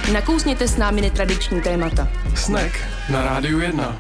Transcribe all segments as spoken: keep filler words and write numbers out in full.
Nakousněte s námi netradiční témata. Snack na Rádiu jedna.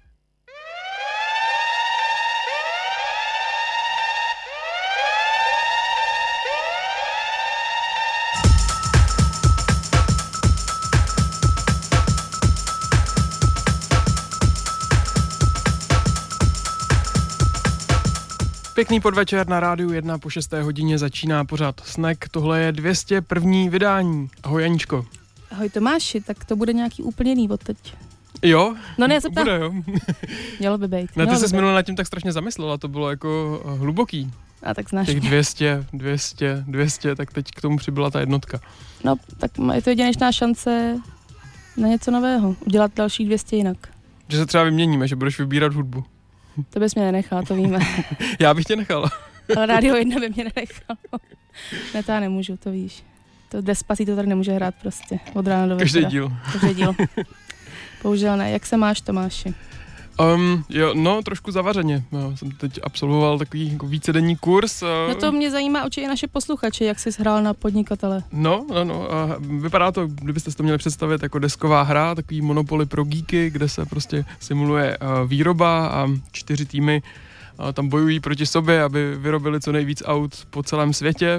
Pěkný podvečer na Rádiu jedna, po šesté hodině začíná pořád Snack. Tohle je dvě stě první vydání. Ahoj Janičko. Ahoj Tomáši, tak to bude nějaký úplně jiný od teď. Jo? No ne, se ptám. Bude, jo. Mělo by být. No ty jsi minule nad tím tak strašně zamyslela, to bylo jako hluboký. A tak znáš. Těch dvě stě, dvě stě, dvě stě, tak teď k tomu přibyla ta jednotka. No, tak je to jedinečná šance na něco nového, udělat dalších dvě stě jinak. Že se třeba vyměníme, že budeš vybírat hudbu. To bys mě nenechal, to víme. Já bych tě nechal. Ale Rádio jedna by mě nenechal. Ne, to já nemůžu, to víš. To Despacito tady nemůže hrát prostě od rána do večera. Každý díl. Každý díl. Bohužel ne. Jak se máš, Tomáši? Um, jo, no, trošku zavařeně. Já jsem teď absolvoval takový jako vícedenní kurz. Uh... No to mě zajímá určitě i naše posluchače, jak jsi hrál na podnikatele. No, no, no. A vypadá to, kdybyste si to měli představit, jako desková hra, takový Monopoly pro geeky, kde se prostě simuluje uh, výroba a čtyři týmy uh, tam bojují proti sobě, aby vyrobili co nejvíc aut po celém světě.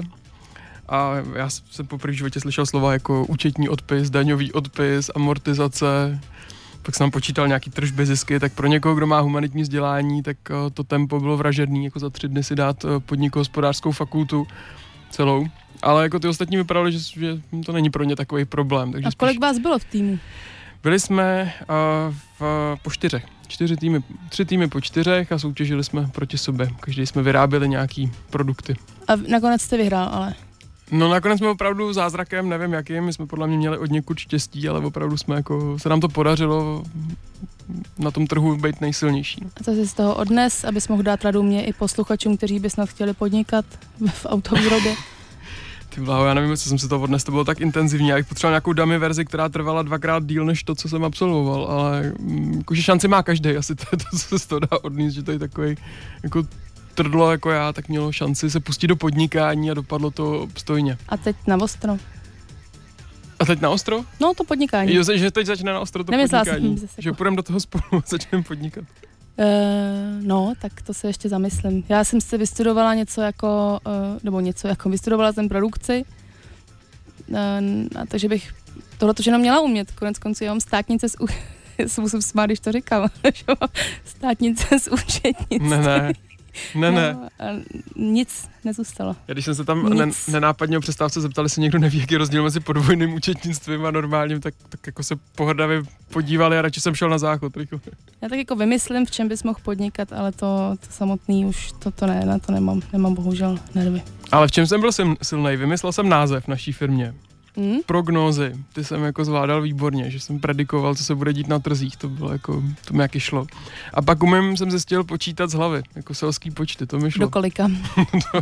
A já jsem poprvé v životě slyšel slova jako účetní odpis, daňový odpis, amortizace. Pak jsem počítal nějaký tržby, zisky, tak pro někoho, kdo má humanitní vzdělání, tak to tempo bylo vražedný, jako za tři dny si dát podnikohospodářskou fakultu celou. Ale jako ty ostatní vypadaly, že, že to není pro ně takový problém. Takže a kolik spíš... vás bylo v týmu? Byli jsme uh, v, po čtyřech. Čtyři týmy, tři týmy po čtyřech a soutěžili jsme proti sobě. Každý jsme vyráběli nějaký produkty. A nakonec jste vyhrál, ale... No nakonec jsme opravdu zázrakem, nevím jakým, my jsme podle mě měli od někud štěstí, ale opravdu jsme jako, se nám to podařilo na tom trhu být nejsilnější. A co jsi z toho odnes, abys mohl dát radu mě i posluchačům, kteří by snad chtěli podnikat v autovýrobě? Ty bláho, já nevím, co jsem si to odnes, to bylo tak intenzivní, já bych potřeboval nějakou dummy verzi, která trvala dvakrát díl než to, co jsem absolvoval, ale jakože šanci má každý, asi to je to, co se to dá odníst, že to je takový jako trdlo jako já, tak mělo šanci se pustit do podnikání a dopadlo to obstojně. A teď na ostro. A teď na ostro? No, to podnikání. Jo, že teď začne na ostro to Nemyslela podnikání. Jsem, že půjdeme do toho spolu a začneme podnikat. Uh, no, tak to se ještě zamyslím. Já jsem si vystudovala něco jako, uh, nebo něco jako, vystudovala jsem produkci, uh, a takže bych tohle to jenom měla umět. Konec konců já mám státnice z... U... se musím smát, když to říkám. Státnice z účetnictví. Ne, ne. Ne, ne. No, nic nezůstalo. Já když jsem se tam ne, nenápadně o přestávce zeptal, jestli někdo neví, jaký je rozdíl mezi podvojným účetnictvím a normálním, tak, tak jako se pohrdavě podívali a radši jsem šel na záchod. Rychle. Já tak jako vymyslím, v čem bys mohl podnikat, ale to, to samotný už to, to ne, na to nemám, nemám bohužel nervy. Ale v čem jsem byl silnej? Vymyslel jsem název naší firmě. Hmm? Prognózy, ty jsem jako zvládal výborně, že jsem predikoval, co se bude dít na trzích, to bylo jako, to mi jaký šlo. A pak umím jsem zjistil počítat z hlavy, jako selský počty, to mi šlo. Do kolika? do,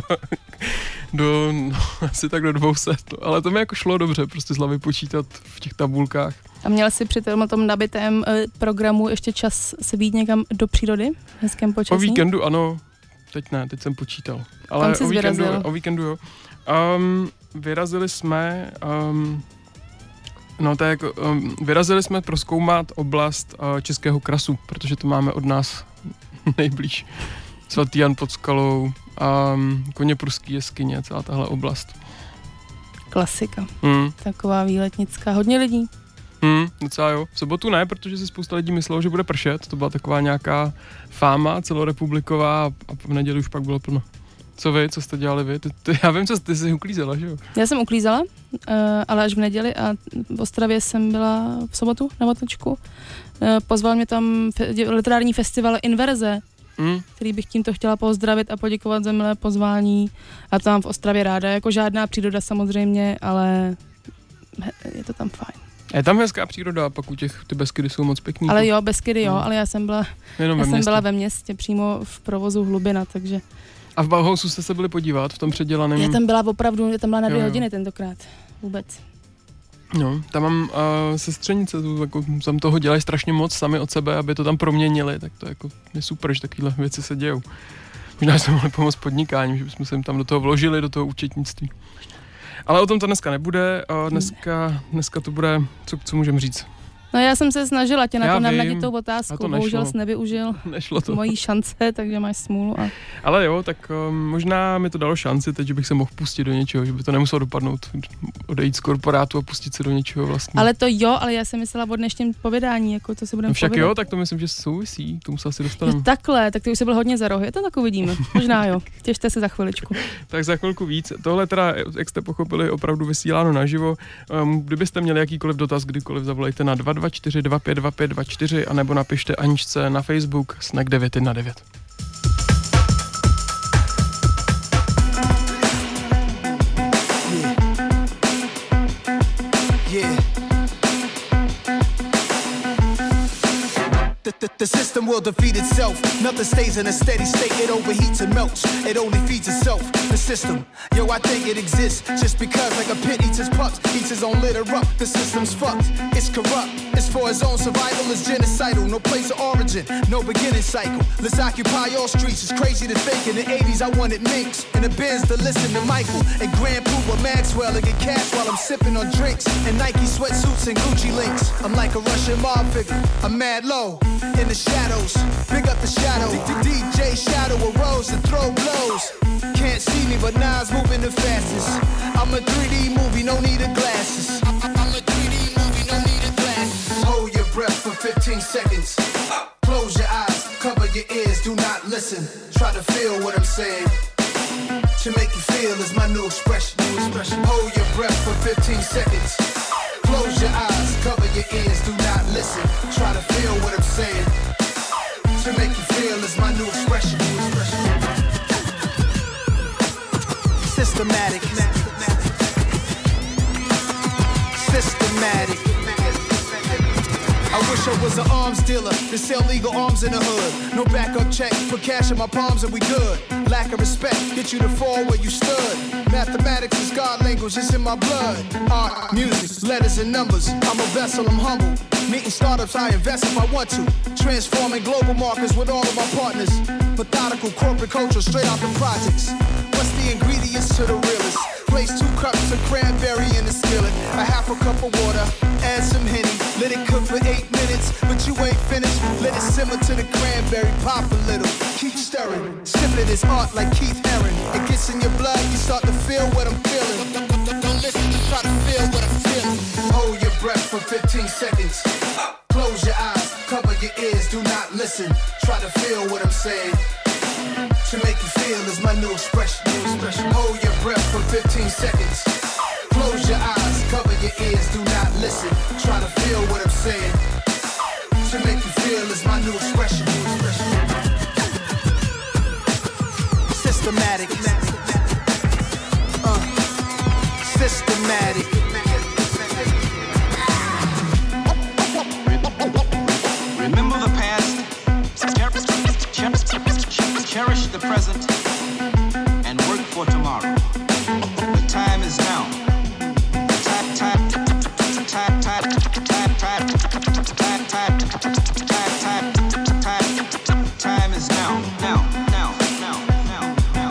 do no, asi tak do dvou set, no, ale to mi jako šlo dobře, prostě z hlavy počítat v těch tabulkách. A měl jsi při tom, tom nabitém eh, programu ještě čas se vyjít někam do přírody, hezkém počasí? O víkendu ano, teď ne, teď jsem počítal. Ale o víkendu, o víkendu jo. Um, vyrazili jsme, um, no to je jako, um, vyrazili jsme prozkoumat oblast uh, Českého krasu, protože to máme od nás nejblíž. Svatý Jan pod Skalou, um, Koněprský jeskyně, celá tahle oblast. Klasika. Mm. Taková výletnická, hodně lidí. Hmm, docela jo. V sobotu ne, protože si spousta lidí myslelo, že bude pršet, to byla taková nějaká fáma celorepubliková a, a v neděli už pak bylo plno. Co vy, co jste dělali vy? Ty, ty, já vím, co ty jsi uklízela, že jo? Já jsem uklízela, uh, ale až v neděli a v Ostravě jsem byla v sobotu na Vatočku. Uh, pozval mě tam fe- literární festival Inverze, mm. který bych tímto chtěla pozdravit a poděkovat za milé pozvání. A to mám v Ostravě ráda, jako žádná příroda samozřejmě, ale je to tam fajn. Je tam hezká příroda a pak u těch ty Beskydy jsou moc pěkný. Ale jo, Beskydy jo, mm. ale já jsem byla, Jenom já ve jsem byla ve městě, přímo v provozu Hlubina, takže... A v Bauhausu jste se byli podívat, v tom předělaném? Já tam byla opravdu, já tam byla na dvě jo, hodiny tentokrát, vůbec. No, tam mám uh, sestřenice, to, jako, tam toho dělají strašně moc sami od sebe, aby to tam proměnili, tak to jako je super, že takovéhle věci se dějou. Možná jsme mohli pomoct podnikáním, že bychom se jim tam do toho vložili, do toho účetnictví. Ale o tom to dneska nebude, dneska, dneska to bude, co, co můžeme říct? No já jsem se snažila tě na to namnadit tou a otázku, to bohužel jsi nevyužil nešlo to. mojí šance, takže máš smůlu. A... Ale jo, tak um, možná mi to dalo šanci teď, že bych se mohl pustit do něčeho, že by to nemuselo dopadnout, odejít z korporátu a pustit se do něčeho vlastně. Ale to jo, ale já jsem myslela o dnešním povídání, jako co si budeme no však povídat. Jo, tak to myslím, že souvisí, k tomu se asi dostaneme. Takhle, tak ty už jsi byl hodně za rohy, to tak uvidíme, možná jo, těšte se za chviličku. Tak za chvilku víc. Tohle teda, jak jste pochopili, opravdu vysíláno naživo. Um, kdybyste měli jakýkoliv dotaz, kdykoliv zavolejte na dva dva čtyři dva pět dva pět dva čtyři anebo napište Aničce na Facebook Snack devět jedna devět. The, the, the system will defeat itself. Nothing stays in a steady state. It overheats and melts. It only feeds itself. The system, yo, I think it exists just because, like a pit eats his pups, eats his own litter up. The system's fucked. It's corrupt. It's for his own survival. It's genocidal. No place of origin. No beginning cycle. Let's occupy all streets. It's crazy to think in the eighties I wanted minks and the Benz to listen to Michael and Grand Poopa Maxwell and get cash while I'm sipping on drinks and Nike sweatsuits and Gucci links. I'm like a Russian mob figure. I'm mad low. In the shadows, big up the shadow. D J Shadow arose to throw blows. Can't see me, but Nas moving the fastest. I'm a three D movie, no need of glasses. I'm a three D movie, no need of glasses. Hold your breath for fifteen seconds. Close your eyes, cover your ears, do not listen. Try to feel what I'm saying. To make you feel is my new expression. New expression. Hold your breath for fifteen seconds. Close your eyes, cover your ears, do not listen. Try to feel what I'm saying. To make you feel is my new expression. Systematic. Systematic. I wish I was an arms dealer to sell legal arms in the hood. No backup check, put cash in my palms and we good. Lack of respect, get you to fall where you stood. Mathematics is God language, it's in my blood. Art, music, letters and numbers. I'm a vessel, I'm humble. Meeting startups, I invest if I want to. Transforming global markets with all of my partners. Methodical corporate culture straight out the projects. What's the ingredients to the realest? Place two cups of cranberry in the skillet. A half a cup of water, add some Henny. Let it cook for eight minutes, but you ain't finished. Let it simmer to the cranberry, pop a little. Keep stirring, sipping is art like Keith Haring. It gets in your blood, you start to feel what I'm feeling. Don't, don't, don't, don't listen, just try to feel what I'm feeling. Hold your breath for fifteen seconds. Close your eyes, cover your ears, do not listen. Try to feel what I'm saying. To make you feel is my new expression. New expression. Hold your breath for fifteen seconds. Close your eyes, cover your ears, do not listen. Try to feel what I'm saying. To make you feel is my new expression. New expression. Systematic. Uh, systematic. Remember the past, cherish the present, and work for tomorrow. The time is now. Time, time, time, time, time, time, time, time, time, time, time is now, now, now, now, now, now.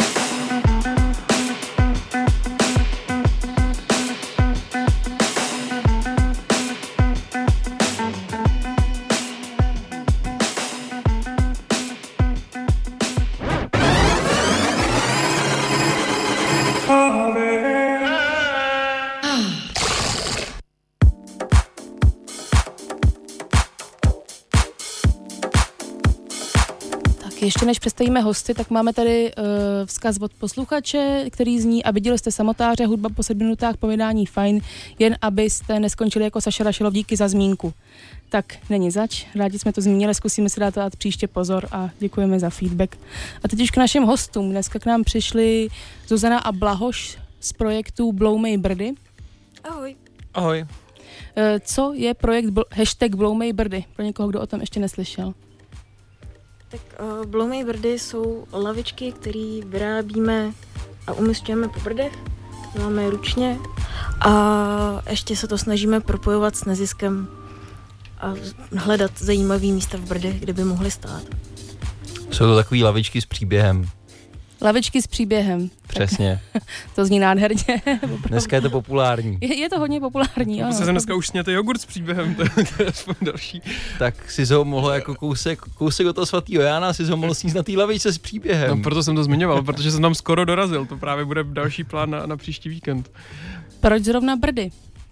Ještě než představíme hosty, tak máme tady uh, vzkaz od posluchače, který zní: a viděli jste Samotáře, hudba po sedmi minutách, povídání fajn, jen abyste neskončili jako Saša Rašelov, díky za zmínku. Tak není zač, rádi jsme to zmínili, zkusíme si dát, dát příště pozor a děkujeme za feedback. A teď už k našim hostům. Dneska k nám přišli Zuzana a Blahoš z projektu Bloumej Brdy. Ahoj. Ahoj. Uh, co je projekt bl- hashtag Bloumej Brdy? Pro někoho, kdo o tom ještě neslyšel. Tak uh, Bloumej Brdy jsou lavičky, které vyrábíme a umísťujeme po Brdech. Máme je ručně a ještě se to snažíme propojovat s neziskem a hledat zajímavý místa v Brdech, kde by mohly stát. Jsou to takové lavičky s příběhem. Lavičky s příběhem. Přesně. To zní nádherně. Dneska je to populární. Je, je to hodně populární, ano. Prostě jsem dneska už sněte jogurt s příběhem, to, to je aspoň další. Tak si ho mohlo jako kousek, kousek od toho svatýho Jána, si ho mohl sníst na té lavičce s příběhem. No proto jsem to zmiňoval, protože jsem tam skoro dorazil, to právě bude další plán na, na příští víkend. Proč zrovna Brdy?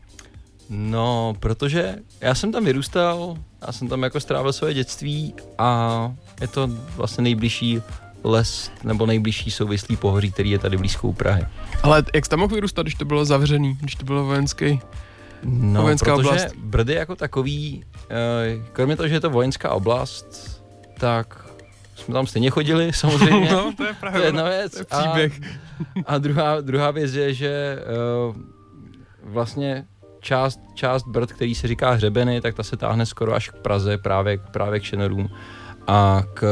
No, protože já jsem tam vyrůstal, já jsem tam jako strávil svoje dětství a je to vlastně nejbližší les nebo nejbližší souvislý pohoří, který je tady blízko u Prahy. Ale jak jsi tam mohl vyrůstat, když to bylo zavřený, když to bylo vojenský? No, vojenská protože oblast. Brdy jako takový, kromě toho, že je to vojenská oblast, tak jsme tam stejně chodili, samozřejmě. No, to je právě to je jedna věc. To je příběh. A, a druhá, druhá věc je, že uh, vlastně část, část Brd, který se říká Hřebeny, tak ta se táhne skoro až k Praze, právě, právě k Šenorům a k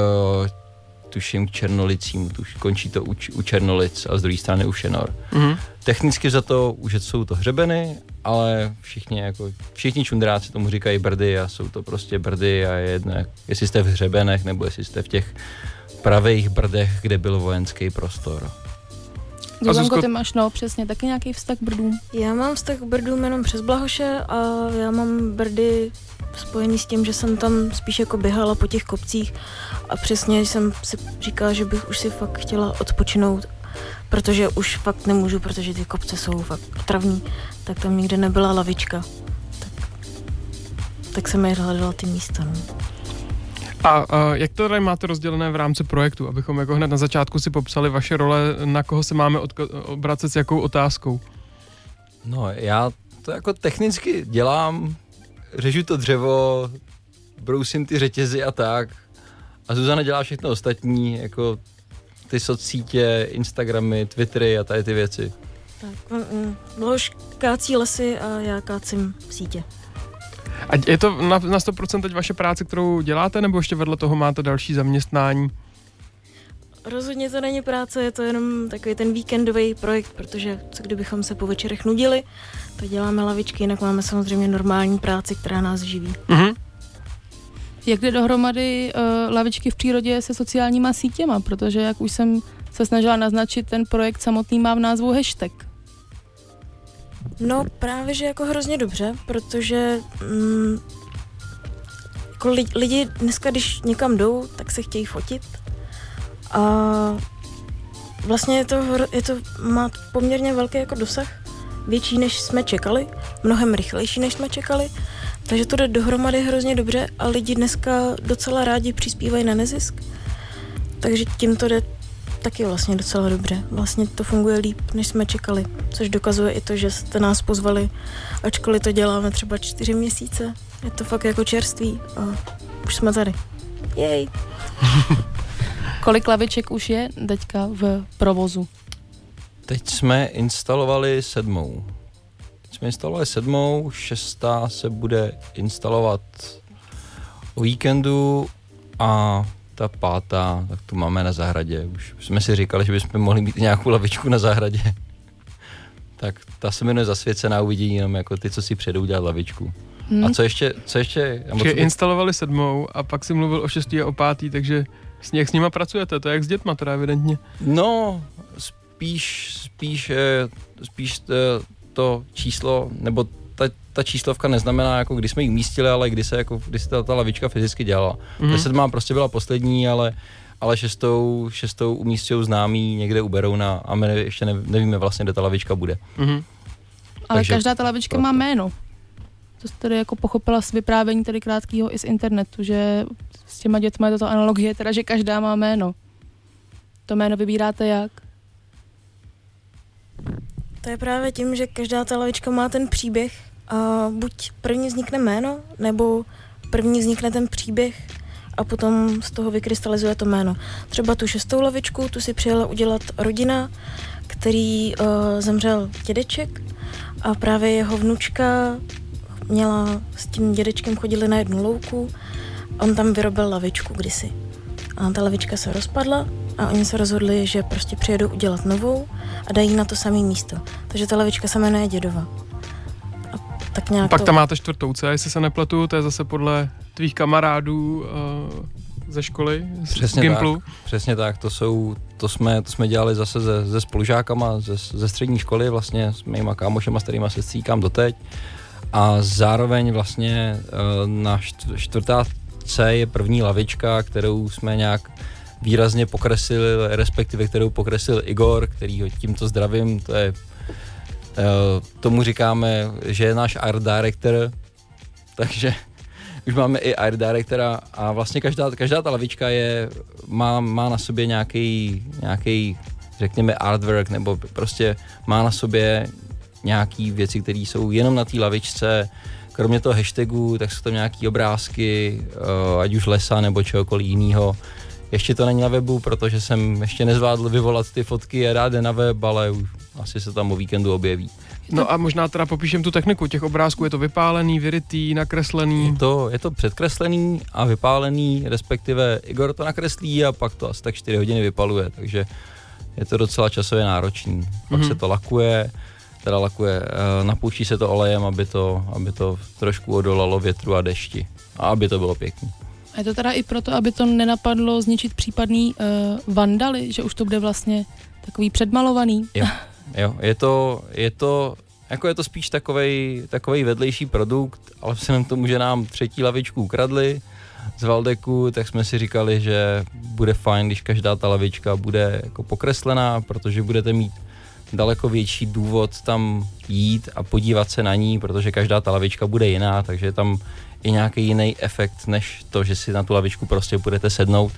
tuším k Černolicím, tuž končí to u, u Černolic a z druhé strany u Šenor. Mm-hmm. Technicky za to už jsou to Hřebeny, ale všichni, jako, všichni čundráci tomu říkají Brdy a jsou to prostě Brdy a je jedno, jestli jste v Hřebenech nebo jestli jste v těch pravých Brdech, kde byl vojenský prostor. Zuzanko, ty máš no přesně taky nějaký vztah k Brdům? Já mám vztah k Brdům jenom přes Blahoše a já mám Brdy spojený s tím, že jsem tam spíš jako běhala po těch kopcích a přesně jsem si říkala, že bych už si fakt chtěla odpočinout, protože už fakt nemůžu, protože ty kopce jsou fakt otravní, tak tam nikde nebyla lavička. Tak, tak jsem je hledala ty místa. No. A, a jak to tady máte rozdělené v rámci projektu, abychom jako hned na začátku si popsali vaše role, na koho se máme odko- obracet s jakou otázkou? No, já to jako technicky dělám, řežu to dřevo, brousím ty řetězy a tak. A Zuzana dělá všechno ostatní, jako ty socsítě, Instagramy, Twittery a tady ty věci. Tak, Blahoš kácí lesy a já kácím v sítě. A je to na, na sto procent teď vaše práce, kterou děláte, nebo ještě vedle toho máte další zaměstnání? Rozhodně to není práce, je to jenom takový ten víkendový projekt, protože co kdybychom se po večerech nudili, to děláme lavičky, jinak máme samozřejmě normální práci, která nás živí. Mm-hmm. Jak jde dohromady uh, lavičky v přírodě se sociálníma sítěma, protože jak už jsem se snažila naznačit, ten projekt samotný má v názvu hashtag. No právě, že jako hrozně dobře, protože mm, jako li, lidi dneska, když někam jdou, tak se chtějí fotit a vlastně je to, je to má poměrně velký jako dosah, větší než jsme čekali, mnohem rychlejší než jsme čekali, takže to jde dohromady hrozně dobře a lidi dneska docela rádi přispívají na nezisk, takže tím to jde taky vlastně docela dobře. Vlastně to funguje líp, než jsme čekali, což dokazuje i to, že jste nás pozvali, ačkoliv to děláme třeba čtyři měsíce. Je to fakt jako čerství a už jsme tady. Jej! Kolik laviček už je teďka v provozu? Teď jsme instalovali sedmou. Teď jsme instalovali sedmou, šestá se bude instalovat o víkendu a ta pátá, tak tu máme na zahradě. Už jsme si říkali, že bychom mohli mít nějakou lavičku na zahradě. Tak ta se jmenuje Zasvěcená, uvidí jenom jako ty, co si přijedou dělat lavičku. Hmm. A co ještě? Co ještě? Že instalovali sedmou a pak si mluvil o šestý a o pátý, takže s, jak s nima pracujete? To je jak s dětma teda evidentně. No, spíš, spíš, spíš to číslo, nebo ta, ta číslovka neznamená, jako kdy jsme ji umístili, ale kdy se, jako, kdy se ta, ta lavička fyzicky dělala. Mm-hmm. Sedmá prostě byla poslední, ale, ale šestou, šestou umístějou známí někde u Berouna a my ještě ne, nevíme vlastně, kde ta lavička bude. Mm-hmm. Ale Takže každá ta lavička má jméno. To jsi tady jako pochopila z vyprávění tady krátkýho i z internetu, že s těma dětma je to analogie, teda, že každá má jméno. To jméno vybíráte jak? To je právě tím, že každá ta lavička má ten příběh a buď první vznikne jméno, nebo první vznikne ten příběh a potom z toho vykrystalizuje to jméno. Třeba tu šestou lavičku, tu si přijela udělat rodina, který uh, zemřel dědeček a právě jeho vnučka měla s tím dědečkem chodili na jednu louku, on tam vyrobil lavičku kdysi. A ta lavička se rozpadla a oni se rozhodli, že prostě přijedou udělat novou a dají na to samé místo. Takže ta lavička se jmenuje Dědova. A tak nějak Pak to... tam máte čtvrtou C, jestli se nepletu, to je zase podle tvých kamarádů uh, ze školy, přesně z Gimplu. Tak, přesně tak, to jsou, to jsme, to jsme dělali zase ze, ze spolužákama ze, ze střední školy, vlastně s mýma kámošema, s kterýma se stříkám doteď. A zároveň vlastně na čtvrtá C je první lavička, kterou jsme nějak výrazně pokreslili, respektive kterou pokreslil Igor, který ho tímto zdravím, to je, tomu říkáme, že je náš art director, takže už máme i art directora a vlastně každá, každá ta lavička je, má, má na sobě nějaký, nějaký, řekněme, artwork, nebo prostě má na sobě nějaký věci, které jsou jenom na té lavičce. Kromě toho hashtagu, tak jsou tam nějaký obrázky, ať už lesa nebo čehokoliv jiného. Ještě to není na webu, protože jsem ještě nezvládl vyvolat ty fotky a dát je na web, ale už asi se tam o víkendu objeví. No a možná teda popíšem tu techniku těch obrázků. Je to vypálený, vyrytý, nakreslený? Je to, je to předkreslený a vypálený, respektive Igor to nakreslí a pak to asi tak čtyři hodiny vypaluje, takže je to docela časově náročný. Pak mm-hmm. se to lakuje, teda lakuje, napouští se to olejem, aby to, aby to trošku odolalo větru a dešti a aby to bylo pěkný. A je to teda i proto, aby to nenapadlo zničit případný uh, vandaly, že už to bude vlastně takový předmalovaný? Jo, jo, je to, je to, jako je to spíš takovej, takovej vedlejší produkt, ale vzhledem k tomu, že nám třetí lavičku ukradli z Valdeku, tak jsme si říkali, že bude fajn, když každá ta lavička bude jako pokreslená, protože budete mít daleko větší důvod tam jít a podívat se na ní, protože každá ta lavička bude jiná, takže je tam i nějaký jiný efekt, než to, že si na tu lavičku prostě budete sednout.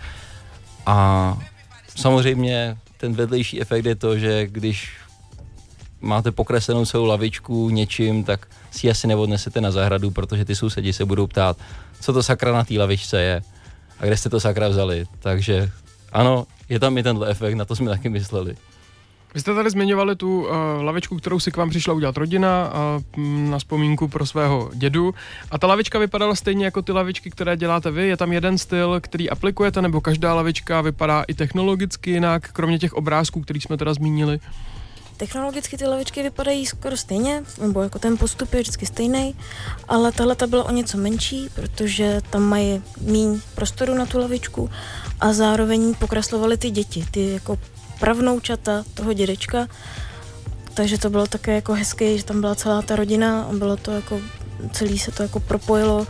A samozřejmě ten vedlejší efekt je to, že když máte pokreslenou celou lavičku něčím, tak si asi neodnesete na zahradu, protože ty sousedi se budou ptát, co to sakra na té lavičce je a kde jste to sakra vzali. Takže ano, je tam i tenhle efekt, na to jsme taky mysleli. Vy jste tady zmiňovali tu uh, lavičku, kterou si k vám přišla udělat rodina uh, na vzpomínku pro svého dědu. A ta lavička vypadala stejně jako ty lavičky, které děláte vy? Je tam jeden styl, který aplikujete, nebo každá lavička vypadá i technologicky jinak, kromě těch obrázků, který jsme teda zmínili? Technologicky ty lavičky vypadají skoro stejně, nebo jako ten postup je vždycky stejný, ale tahle ta byla o něco menší, protože tam mají míň prostoru na tu lavičku a zároveň pokreslovali ty děti, ty jako pravnoučata toho dědečka, takže to bylo také jako hezké, že tam byla celá ta rodina a bylo to jako, celý se to jako propojilo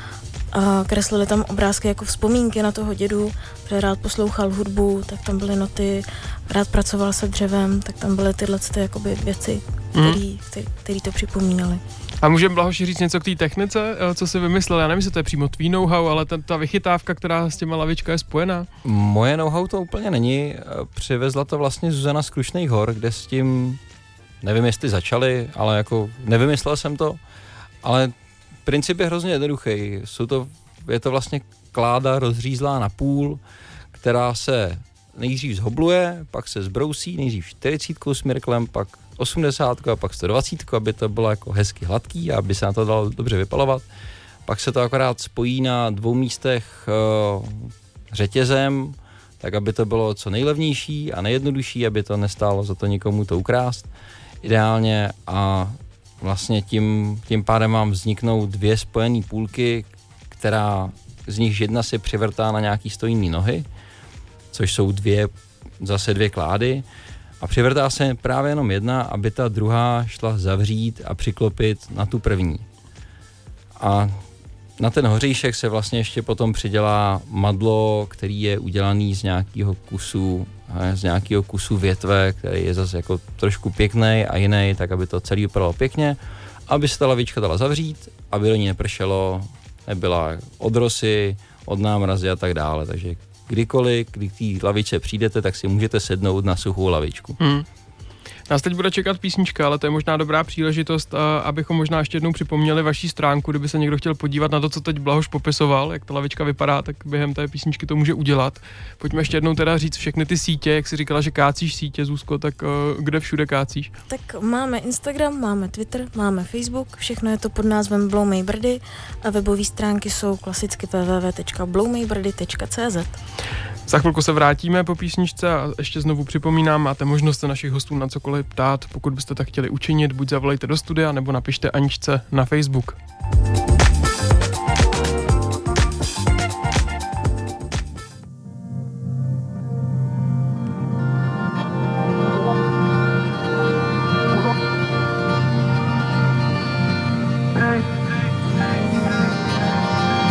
a kreslili tam obrázky jako vzpomínky na toho dědu, protože rád poslouchal hudbu, tak tam byly noty, rád pracoval se dřevem, tak tam byly tyhle ty jakoby věci, který, který, který to připomínaly. A můžeme Blahoši říct něco k té technice, co si vymyslel? Já nevím, jestli to je přímo tvý know-how, ale ten, ta vychytávka, která s těma lavička je spojená. Moje know-how to úplně není. Přivezla to vlastně Zuzana z Krušných hor, kde s tím, nevím, jestli začali, ale jako nevymyslel jsem to, ale princip je hrozně jednoduchý. Jsou to, je to vlastně kláda rozřízlá na půl, která se nejdřív zhobluje, pak se zbrousí, nejdřív čtyřicítkou s mirklem, pak osmdesátku a pak sto dvacet, aby to bylo jako hezky hladký a aby se na to dalo dobře vypalovat. Pak se to akorát spojí na dvou místech uh, řetězem, tak aby to bylo co nejlevnější a nejjednodušší, aby to nestálo za to nikomu to ukrást ideálně a vlastně tím, tím pádem vám vzniknou dvě spojené půlky, která z nich jedna se přivrtá na nějaký stojný nohy, což jsou dvě, zase dvě klády a přivrtá se právě jenom jedna, aby ta druhá šla zavřít a přiklopit na tu první. A na ten hoříšek se vlastně ještě potom přidělá madlo, který je udělaný z nějakého kusu, z nějakého kusu větve, který je zase jako trošku pěkný a jiný, tak aby to celé vypadalo pěkně, aby se ta lavička dala zavřít, aby do ní nepršelo, nebyla od rosy, od námrazy a tak dále. Takže kdykoliv, kdy k té lavičce přijdete, tak si můžete sednout na suchou lavičku. Hmm. Nás teď bude čekat písnička, ale to je možná dobrá příležitost, abychom možná ještě jednou připomněli vaší stránku, kdyby se někdo chtěl podívat na to, co teď Blahoš popisoval, jak ta lavička vypadá, tak během té písničky to může udělat. Pojďme ještě jednou teda říct všechny ty sítě, jak jsi říkala, že kácíš sítě, Zuzko, tak kde všude kácíš? Tak máme Instagram, máme Twitter, máme Facebook, všechno je to pod názvem Bloumej Brdy a webové stránky jsou klasicky w w w tečka bloumejbrdy tečka c z. Za chvilku se vrátíme po písničce a ještě znovu připomínám, máte možnost se našich hostů na cokoliv ptát, pokud byste tak chtěli učinit, buď zavolejte do studia, nebo napište Aničce na Facebook.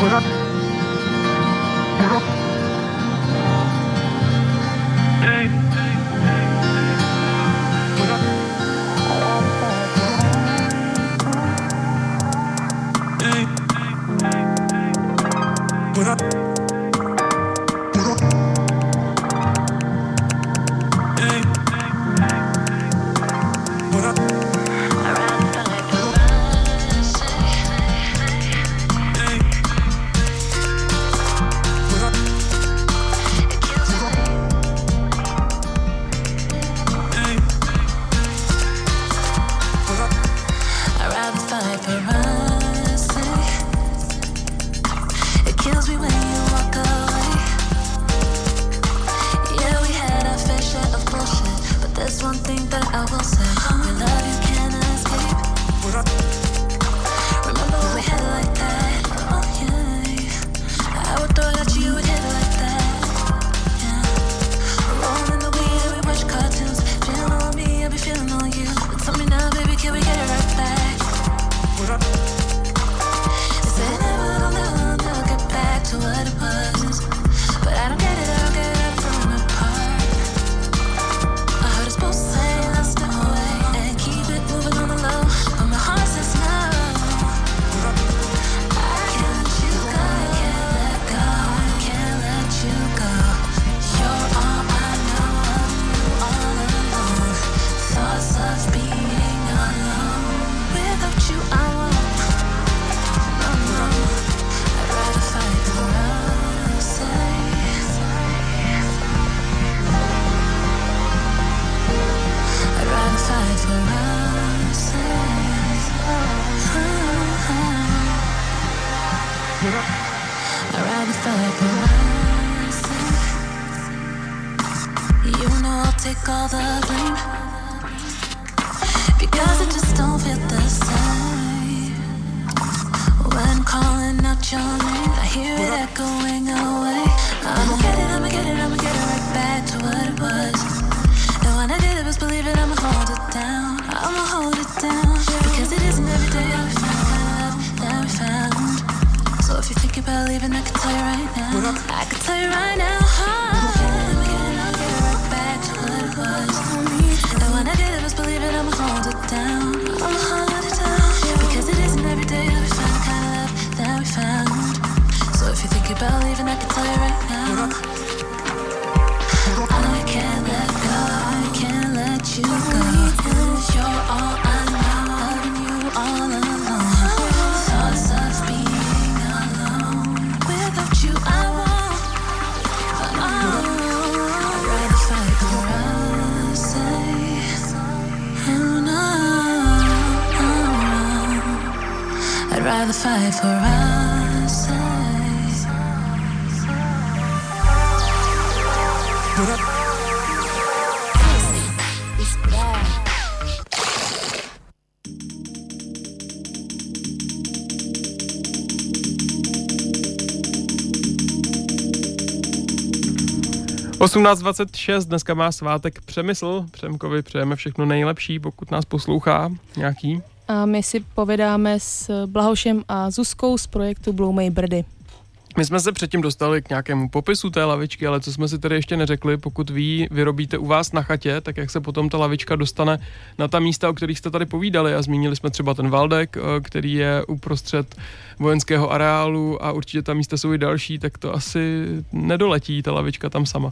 osmnáct dvacet šest, dneska má svátek Přemysl. Přemkovi přejeme všechno nejlepší, pokud nás poslouchá nějaký. A my si povědáme s Blahošem a Zuzkou z projektu Bloumej Brdy. My jsme se předtím dostali k nějakému popisu té lavičky, ale co jsme si tady ještě neřekli, pokud vy ji vyrobíte u vás na chatě, tak jak se potom ta lavička dostane na ta místa, o kterých jste tady povídali, a zmínili jsme třeba ten Valdek, který je uprostřed vojenského areálu, a určitě ta místa jsou i další, tak to asi nedoletí ta lavička tam sama.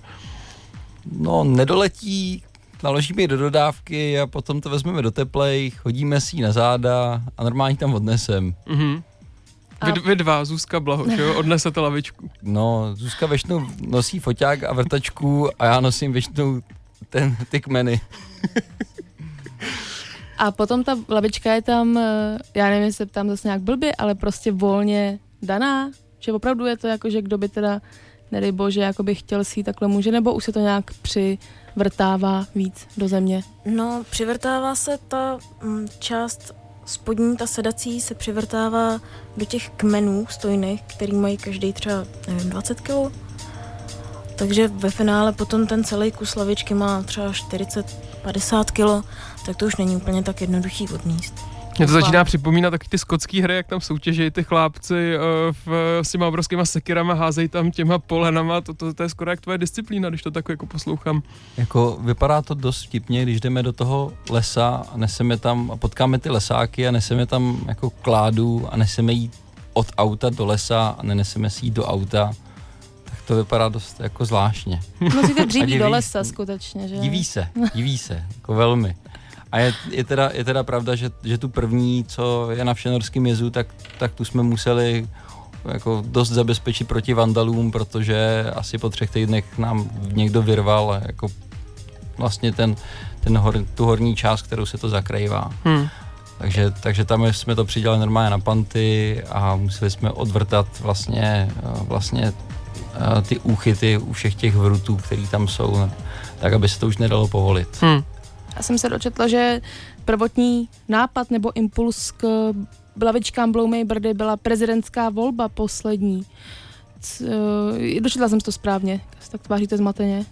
No, nedoletí, naložíme ji do dodávky a potom to vezmeme do teplej, chodíme si ji na záda a normálně tam odnesem. Mhm. Vy, vy dva, Zuzka, Blahoš, jo, odnesete lavičku. No, Zuzka většinou nosí foťák a vrtačku a já nosím většinou ten, ty kmeny. A potom ta lavička je tam, já nevím, jestli se ptám zase nějak blbě, ale prostě volně daná, že opravdu je to jako, že kdo by teda, nedej bože, jako by chtěl si ji takhle může, nebo už se to nějak přivrtává víc do země? No, přivrtává se ta m, část spodní, ta sedací se přivrtává do těch kmenů stojných, který mají každý třeba, nevím, dvacet kilogramů. Takže ve finále potom ten celý kus lavičky má třeba čtyřicet padesát kilogramů, tak to už není úplně tak jednoduchý odníst. Mě to začíná připomínat taky ty skotský hry, jak tam soutěží ty chlápci uh, v, s těma obrovskýma sekirama, házejí tam těma polenama, to, to, to je skoro jak tvoje disciplína, když to tak jako poslouchám. Jako vypadá to dost vtipně, když jdeme do toho lesa a neseme tam a potkáme ty lesáky a neseme tam jako kládu a neseme jít od auta do lesa a neneseme si jít do auta, tak to vypadá dost jako zvláštně. Musíte dříví do lesa skutečně, že? Diví se, diví se, jako velmi. A je, je, teda, je teda pravda, že, že tu první, co je na Všenorském jezu, tak, tak tu jsme museli jako dost zabezpečit proti vandalům, protože asi po třech týdnech nám někdo vyrval jako vlastně ten, ten hor, tu horní část, kterou se to zakrývá. Hmm. Takže, takže tam jsme to přidělali normálně na panty a museli jsme odvrtat vlastně, vlastně ty úchyty u všech těch vrutů, které tam jsou, tak aby se to už nedalo povolit. Hmm. Já jsem se dočetla, že prvotní nápad nebo impuls k lavičkám Bloumej Brdy byla prezidentská volba poslední. C, dočetla jsem si to správně, tak tváříte zmateně.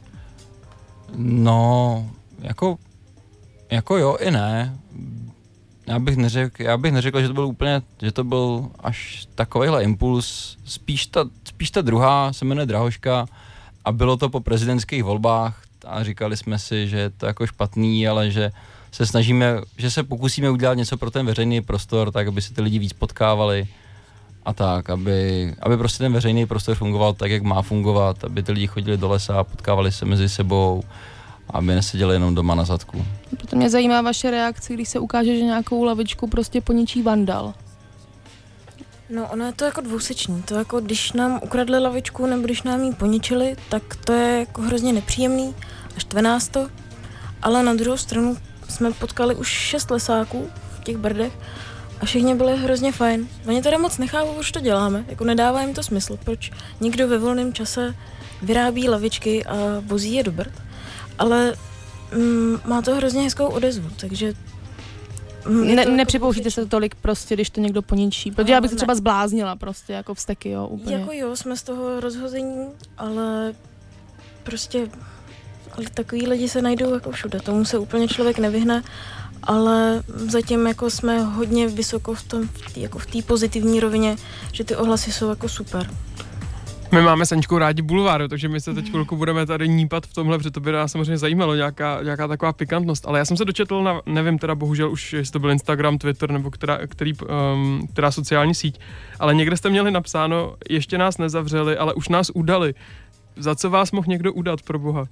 No, jako, jako jo i ne. Já bych neřekl, já bych neřekl, že to byl úplně, že to byl až takovejhle impuls. Spíš ta, spíš ta druhá se jmenuje Drahoška a bylo to po prezidentských volbách a říkali jsme si, že je to jako špatný, ale že se snažíme, že se pokusíme udělat něco pro ten veřejný prostor, tak aby se ty lidi víc potkávali a tak, aby, aby prostě ten veřejný prostor fungoval tak, jak má fungovat, aby ty lidi chodili do lesa a potkávali se mezi sebou, aby neseděli jenom doma na zadku. Proto mě zajímá vaše reakce, když se ukáže, že nějakou lavičku prostě poničí vandal. No, ono je to jako dvousečný. To jako, když nám ukradli lavičku nebo když nám ji poničili, tak to je jako hrozně nepříjemný a štve nás to. Ale na druhou stranu jsme potkali už šest lesáků v těch Brdech a všichni byli hrozně fajn. Oni teda moc nechápou, proč to děláme. Jako nedává jim to smysl, proč někdo ve volném čase vyrábí lavičky a vozí je do Brd. Ale mm, má to hrozně hezkou odezvu, takže Ne, nepřipouštíte se to tolik prostě, když to někdo poničí, protože já bych se třeba zbláznila prostě, jako vzteky, jo, úplně. Jako jo, jsme z toho rozhození, ale prostě ale takový lidi se najdou jako všude, tomu se úplně člověk nevyhne, ale zatím jako jsme hodně vysoko v tom, v tý, jako v té pozitivní rovině, že ty ohlasy jsou jako super. My máme s Aničkou rádi bulváru, takže my se teď chvilku budeme tady nípat v tomhle, protože to by nás samozřejmě zajímalo, nějaká, nějaká taková pikantnost. Ale já jsem se dočetl na, nevím teda bohužel už, jestli to byl Instagram, Twitter nebo která, který, um, která sociální síť, ale někde jste měli napsáno, ještě nás nezavřeli, ale už nás udali. Za co vás mohl někdo udat, pro boha?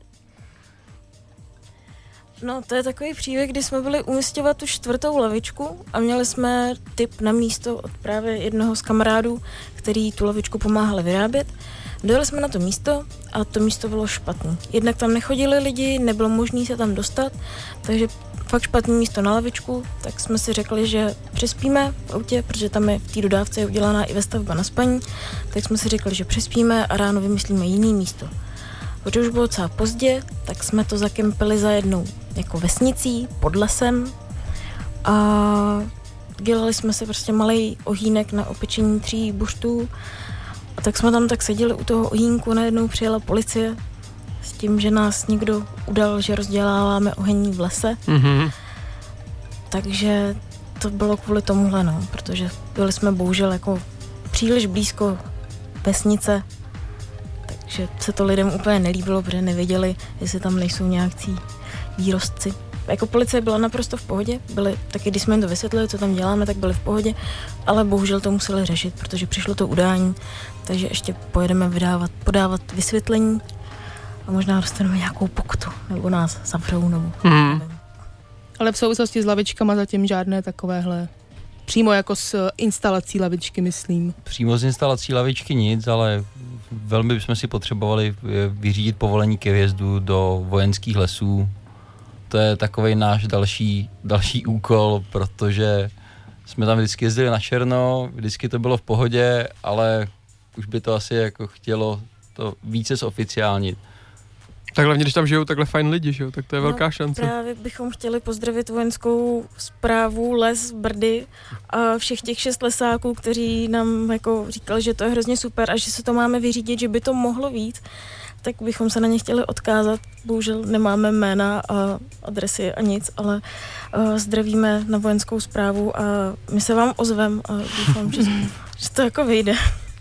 No, to je takový příběh, kdy jsme byli umisťovat tu čtvrtou lavičku a měli jsme tip na místo od právě jednoho z kamarádů, který tu lavičku pomáhali vyrábět. Dojeli jsme na to místo a to místo bylo špatné. Jednak tam nechodili lidi, nebylo možné se tam dostat, takže fakt špatné místo na lavičku, tak jsme si řekli, že přespíme v autě, protože tam je v té dodávce je udělaná i vestavba na spaní, tak jsme si řekli, že přespíme a ráno vymyslíme jiný místo. Protože už bylo docela pozdě, tak jsme to zakempili za jednou jako vesnicí, pod lesem a dělali jsme si prostě malej ohýnek na opečení tří buštů a tak jsme tam tak seděli u toho ohýnku, najednou přijela policie s tím, že nás někdo udal, že rozděláváme ohení v lese. Mm-hmm. Takže to bylo kvůli tomuhle, no, protože byli jsme bohužel jako příliš blízko vesnice, že se to lidem úplně nelíbilo, protože nevěděli, jestli tam nejsou nějakcí výrostci. Jako policie byla naprosto v pohodě, byli, taky když jsme jim to vysvětlili, co tam děláme, tak byli v pohodě, ale bohužel to museli řešit, protože přišlo to udání, takže ještě pojedeme vydávat, podávat vysvětlení a možná dostaneme nějakou pokutu, nebo nás zavřou, nebo hmm. nevím. Ale v souvislosti s lavičkama zatím žádné takovéhle, přímo jako s instalací lavičky, myslím. Přímo z instalací lavičky nic, ale velmi bychom si potřebovali vyřídit povolení ke vjezdu do vojenských lesů. To je takovej náš další, další úkol, protože jsme tam vždycky jezdili na černo, vždycky to bylo v pohodě, ale už by to asi jako chtělo to více zoficiálnit. Tak hlavně, když tam žijou takhle fajn lidi, že jo, tak to je no, velká šance. Právě bychom chtěli pozdravit vojenskou správu Les Brdy a všech těch šest lesáků, kteří nám jako říkali, že to je hrozně super a že se to máme vyřídit, že by to mohlo víc. tak bychom se na ně chtěli odkázat. Bohužel nemáme jména a adresy a nic, ale uh, zdravíme na vojenskou správu a my se vám ozvem a doufám, že, že to jako vyjde.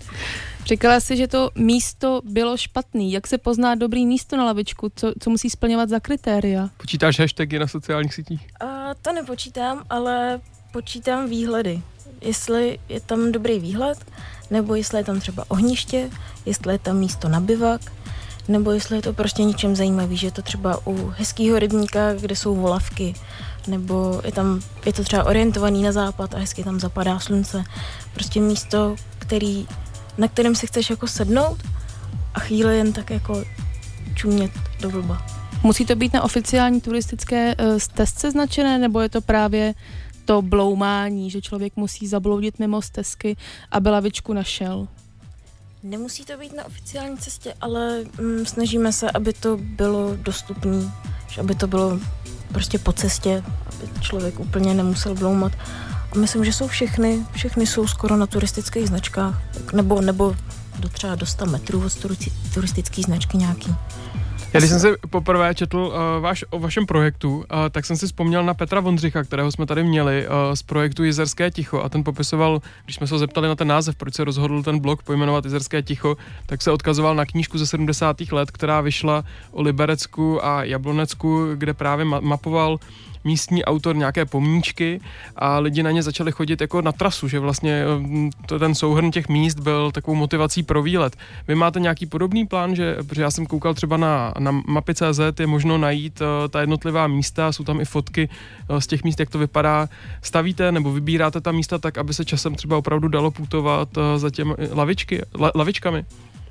Říkala jsi, že to místo bylo špatný. Jak se pozná dobrý místo na lavičku? Co, co musí splňovat za kritéria? Počítáš hashtagy na sociálních sítích? Uh, to nepočítám, ale počítám výhledy. Jestli je tam dobrý výhled, nebo jestli je tam třeba ohniště, jestli je tam místo na bivak, nebo jestli je to prostě něčem zajímavý, že je to třeba u hezkýho rybníka, kde jsou volavky, nebo je tam, je to třeba orientovaný na západ a hezky tam zapadá slunce. Prostě místo, který, na kterém si chceš jako sednout a chvíli jen tak jako čumět do blba. Musí to být na oficiální turistické uh, stezce značené, nebo je to právě to bloumání, že člověk musí zabloudit mimo stezky, aby lavičku našel? Nemusí to být na oficiální cestě, ale mm, snažíme se, aby to bylo dostupné, aby to bylo prostě po cestě, aby člověk úplně nemusel bloumat. A myslím, že jsou všechny, všechny jsou skoro na turistických značkách, nebo, nebo do třeba do sto metrů od turistické značky nějaký. Já když jsem si poprvé četl uh, váš, o vašem projektu, uh, tak jsem si vzpomněl na Petra Vondřicha, kterého jsme tady měli uh, z projektu Jizerské ticho a ten popisoval, když jsme se ho zeptali na ten název, proč se rozhodl ten blog pojmenovat Jizerské ticho, tak se odkazoval na knížku ze sedmdesátých let, která vyšla o Liberecku a Jablonecku, kde právě ma- mapoval místní autor nějaké pomníčky a lidi na ně začali chodit jako na trasu, že vlastně to, ten souhrn těch míst byl takovou motivací pro výlet. Vy máte nějaký podobný plán, že, protože já jsem koukal třeba na, na mapy tečka cé zet, je možno najít uh, ta jednotlivá místa, jsou tam i fotky uh, z těch míst, jak to vypadá. Stavíte nebo vybíráte ta místa tak, aby se časem třeba opravdu dalo putovat uh, za těmi lavičky, la, lavičkami?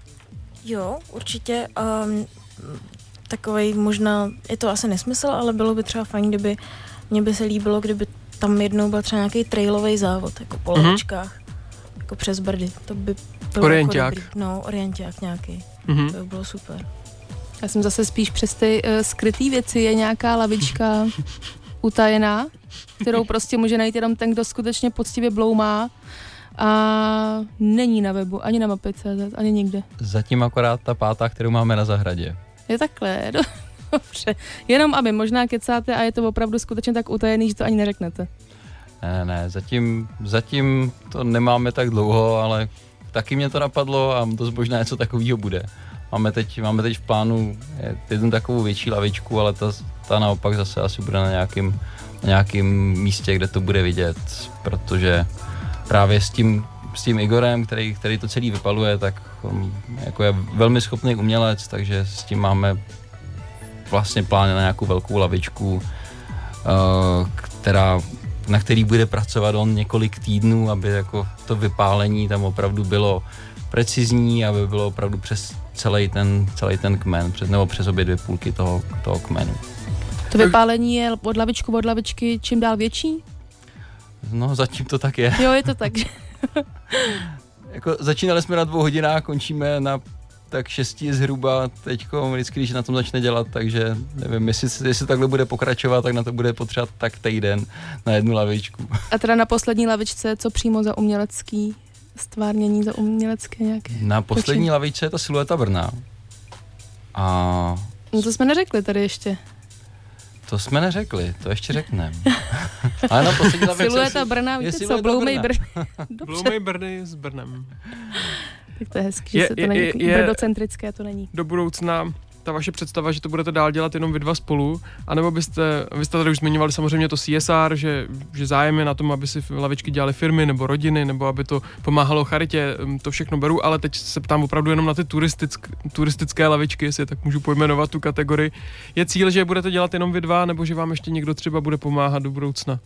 Jo, určitě. Um... Takovej možná, je to asi nesmysl, ale bylo by třeba fajn, kdyby, mně by se líbilo, kdyby tam jednou byl třeba nějaký trailový závod, jako po lavičkách, mm-hmm. jako přes Brdy, to by bylo orienták. Jako dobrý. No, orienták nějaký, mm-hmm. to by bylo super. Já jsem zase spíš přes ty uh, skrytý věci, je nějaká lavička utajená, kterou prostě může najít jenom ten, kdo skutečně poctivě bloumá a není na webu, ani na mapy tečka cé zet, ani nikde. Zatím akorát ta pátá, kterou máme na zahradě. Je takhle, dobře. Jenom aby možná kecáte a je to opravdu skutečně tak utajený, že to ani neřeknete. Ne, ne, zatím, zatím to nemáme tak dlouho, ale taky mě to napadlo a dost možná něco takového bude. Máme teď, máme teď v plánu jednu takovou větší lavičku, ale ta, ta naopak zase asi bude na nějakým, na nějakým místě, kde to bude vidět, protože právě s tím s tím Igorem, který, který to celý vypaluje, tak on jako je velmi schopný umělec, takže s tím máme vlastně plán na nějakou velkou lavičku, která, na který bude pracovat on několik týdnů, aby jako to vypálení tam opravdu bylo precizní, aby bylo opravdu přes celý ten, celý ten kmen, přes, nebo přes obě dvě půlky toho, toho kmenu. To vypálení je od lavičku od lavičky čím dál větší? No, zatím to tak je. Jo, je to tak. Jako začínali jsme na dvou hodinách, končíme na tak šesti zhruba teďko, vždycky, když na tom začne dělat, takže nevím, jestli, jestli takhle bude pokračovat, tak na to bude potřebovat tak týden na jednu lavičku. A teda na poslední lavičce, co přímo za umělecký stvárnění, za umělecké nějaké? Na poslední počin. lavičce je ta silueta Brna. A... No to jsme neřekli tady ještě. To jsme neřekli, to ještě řekneme. Ale na poslední lavičce... Silueta Brna, víte co, bloumej Brny. Bloumej Brny s Brnem. Tak to je hezký, je, že se to je, není je, brdocentrické, to není. Do budoucna ta vaše představa, že to budete dál dělat jenom vy dva spolu, anebo byste, vy jste tady už zmiňovali samozřejmě to C S R, že, že zájem je na tom, aby si lavičky dělaly firmy nebo rodiny, nebo aby to pomáhalo charitě, to všechno beru, ale teď se ptám opravdu jenom na ty turistick, turistické lavičky, jestli tak můžu pojmenovat tu kategorii. Je cíl, že budete dělat jenom vy dva, nebo že vám ještě někdo třeba bude pomáhat do budoucna?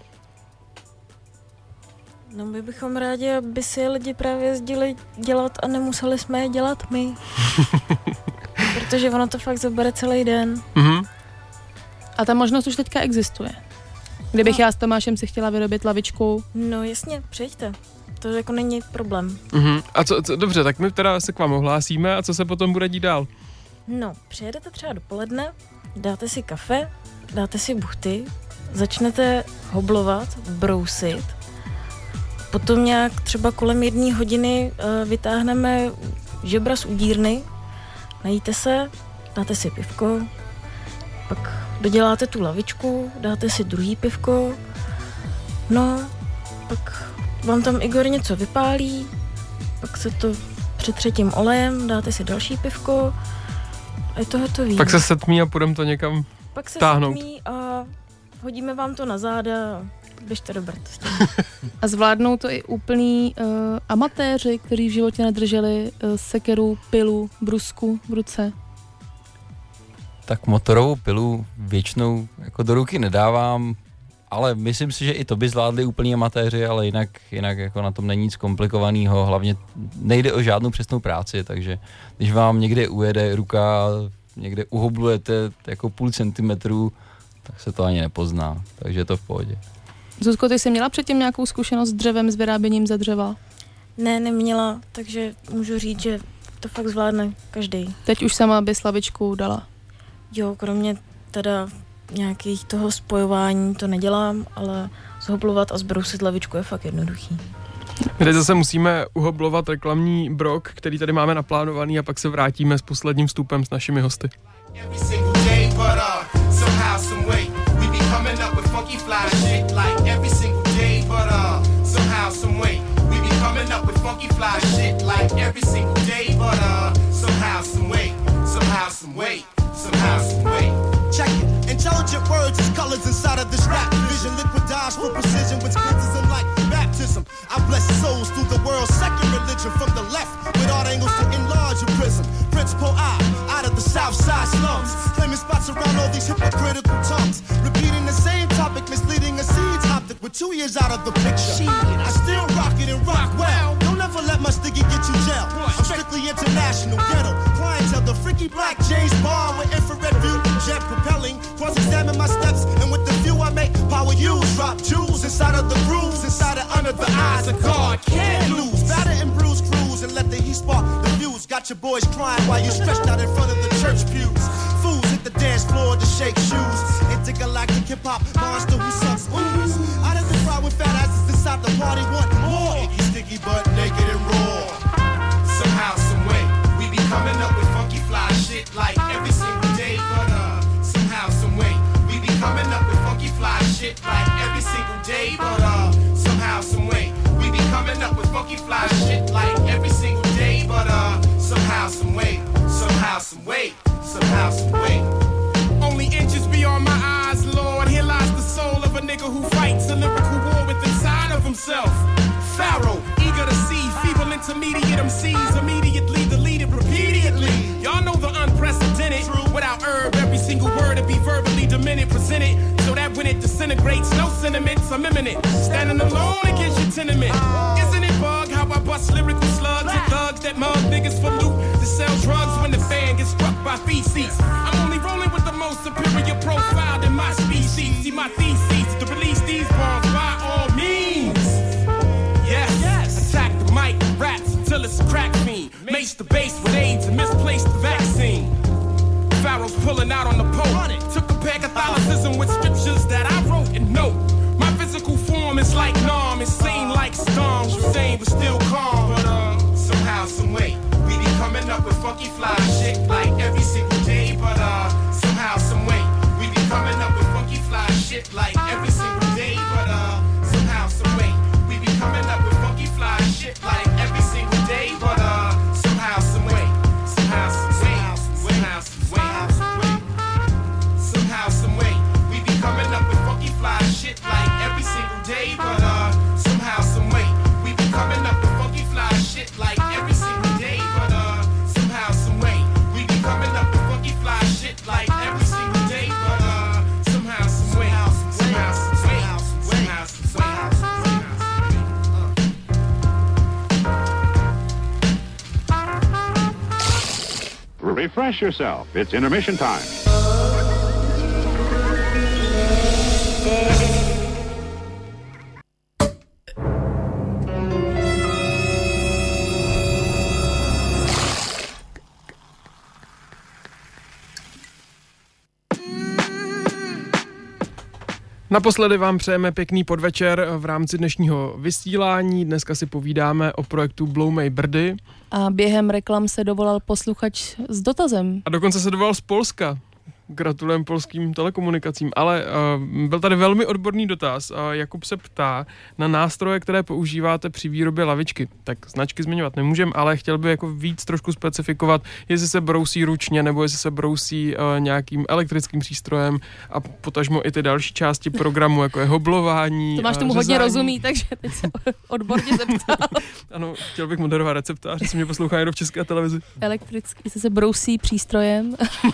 No my bychom rádi, aby si lidi právě jezdili dělat a nemuseli jsme je dělat my. Protože ono to fakt zabere celý den. Mm-hmm. A ta možnost už teďka existuje. Kdybych no. já s Tomášem si chtěla vyrobit lavičku. No jasně, přijďte. To jako není problém. Mm-hmm. A co, co, dobře, tak my teda se k vám ohlásíme a co se potom bude dít dál? No, přijedete třeba dopoledne, dáte si kafe, dáte si buchty, začnete hoblovat, brousit. Potom nějak třeba kolem jedné hodiny uh, vytáhneme žebra z udírny najíte se, dáte si pivko, pak doděláte tu lavičku, dáte si druhý pivko, no, pak vám tam Igor něco vypálí, pak se to přetře tím olejem, dáte si další pivko a je to hotový. Pak se setmí a půjdeme to někam Pak se táhnout. setmí a hodíme vám to na záda a běžte do Brd. A zvládnou to i úplný uh, amatéři, kteří v životě nedrželi uh, sekeru, pilu, brusku v ruce. Tak motorovou pilu většinou jako do ruky nedávám, ale myslím si, že i to by zvládli úplní amatéři, ale jinak, jinak jako na tom není nic komplikovaného, hlavně nejde o žádnou přesnou práci, takže když vám někde ujede ruka, někde uhoblujete jako půl centimetru, tak se to ani nepozná, takže je to v pohodě. Zuzko, ty jsi měla předtím nějakou zkušenost s dřevem, s vyráběním ze dřeva? Ne, neměla, takže můžu říct, že to fakt zvládne každý. Teď už sama by slavičku dala. Jo, kromě teda nějakých toho spojování to nedělám, ale zhoblovat a zbrousit lavičku je fakt jednoduchý. Kde zase musíme uhoblovat reklamní brok, který tady máme naplánovaný a pak se vrátíme s posledním vstupem s našimi hosty. Check it. Intelligent words is colors inside of this rap. Vision liquidized for precision with criticism like baptism. I bless souls through the world's second religion from the left with art angles to enlarge your prism. Principal I, out of the south side slums, claiming spots around all these hypocritical tongues, repeating the same topic, misleading a seeds optic with two years out of the picture. I still rock it and rock well. Don't ever let my sticky get you jail. I'm strictly international, ghetto clientele, the freaky black James Bond with infrared view, jet propelling. Cross-examine my steps, and with the view I make, power use, drop jewels inside of the grooves, inside of under the eyes of God. Can't lose, batter and bruise cruise, and let the heat spark the fuse. Got your boys crying while you stretched out in front of the church pews. Fools hit the dance floor to shake shoes. Intergalactic hip-hop monster who sucks ooze. Out of the crowd with fat asses inside the party want more. Icky, sticky, but naked and raw. Somehow, some way, we be coming up with funky fly shit like every single day, but uh, somehow, some way, we be coming up with funky fly shit like every single day, but uh, somehow, some way, we be coming up with funky fly shit like every single day, but uh, somehow, some way, somehow, some way, somehow, some way. Only inches beyond my eyes, Lord, here lies the soul of a nigga who fights a lyrical war with inside of himself. Pharaoh, eager to see, feeble intermediate M Cs immediately deleted repeatedly. Y'all know the unprecedented. Without herb, every single word to be verbally demented, presented, so that when it disintegrates, no sentiments, I'm imminent. Standing alone against your tenement. Isn't it bug how I bust lyrical slugs and thugs that mug niggas for loot to sell drugs when the fan gets struck by feces? I'm only rolling with the most superior profile in my species. See my theses to release these bombs by all means. Yes, yes. Attack the mic, raps until it's a crack fiend. Mace the bass with AIDS and misplaced the vaccine. Pharaoh's pulling out on the pole. Took a pair Catholicism with scriptures that I wrote and note. My physical form is like Nam, insane like Saddam Hussein, but still calm. But uh, somehow, some way, we be coming up with funky fly shit like every single day. But uh, somehow, some way, we be coming up with funky fly shit like every single day. But uh, somehow, some way, we be coming up with funky fly shit like every single day. But uh, somehow, some way, somehow, some way, somehow, some way, somehow, some way, we be coming up with funky fly shit like every single day. But uh, somehow, some way, we be coming up with funky fly shit like every single day. But uh, somehow, some way, we be coming up with funky fly shit like every single day. But uh, somehow, some way, somehow, some way, somehow, some way. Refresh yourself. It's intermission time. Naposledy vám přejeme pěkný podvečer v rámci dnešního vysílání. Dneska si povídáme o projektu Bloumej Brdy. A během reklam se dovolal posluchač s dotazem. A dokonce se dovolal z Polska. Gratulujeme polským telekomunikacím, ale uh, byl tady velmi odborný dotaz. Uh, Jakub se ptá na nástroje, které používáte při výrobě lavičky. Tak značky zmiňovat nemůžem, ale chtěl by jako víc trošku specifikovat, jestli se brousí ručně, nebo jestli se brousí uh, nějakým elektrickým přístrojem a potažmo i ty další části programu, jako je hoblování. Tomáš tomu hodně rozumí, takže teď se odborně zeptal. Ano, chtěl bych moderovat receptář, jestli mě poslouchá jenom v České televizi. Elektricky, jestli se brousí přístrojem.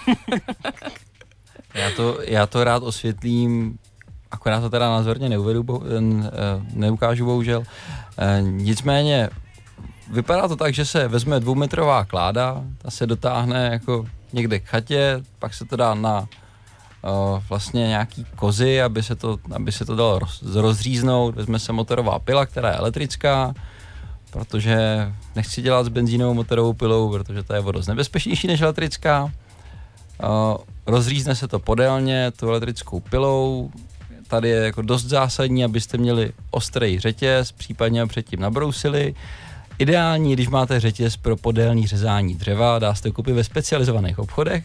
Já to, já to rád osvětlím, akorát to teda názorně neuvedu, bo, neukážu bohužel. Nicméně vypadá to tak, že se vezme dvoumetrová kláda, ta se dotáhne jako někde k chatě, pak se to dá na vlastně nějaký kozy, aby se to, aby se to dalo roz, rozříznout, vezme se motorová pila, která je elektrická, protože nechci dělat s benzínovou motorovou pilou, protože to je o dost nebezpečnější než elektrická. Uh, rozřízne se to podélně tou elektrickou pilou. Tady je jako dost zásadní, abyste měli ostrý řetěz, případně předtím nabrousili. Ideální, když máte řetěz pro podélný řezání dřeva, dá se to koupit ve specializovaných obchodech.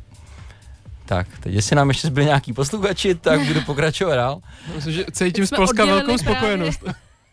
Tak, teď jestli nám ještě zbyli nějaký posluchači, tak budu pokračovat dál. Myslím, že cítím z Polska velkou spokojenost.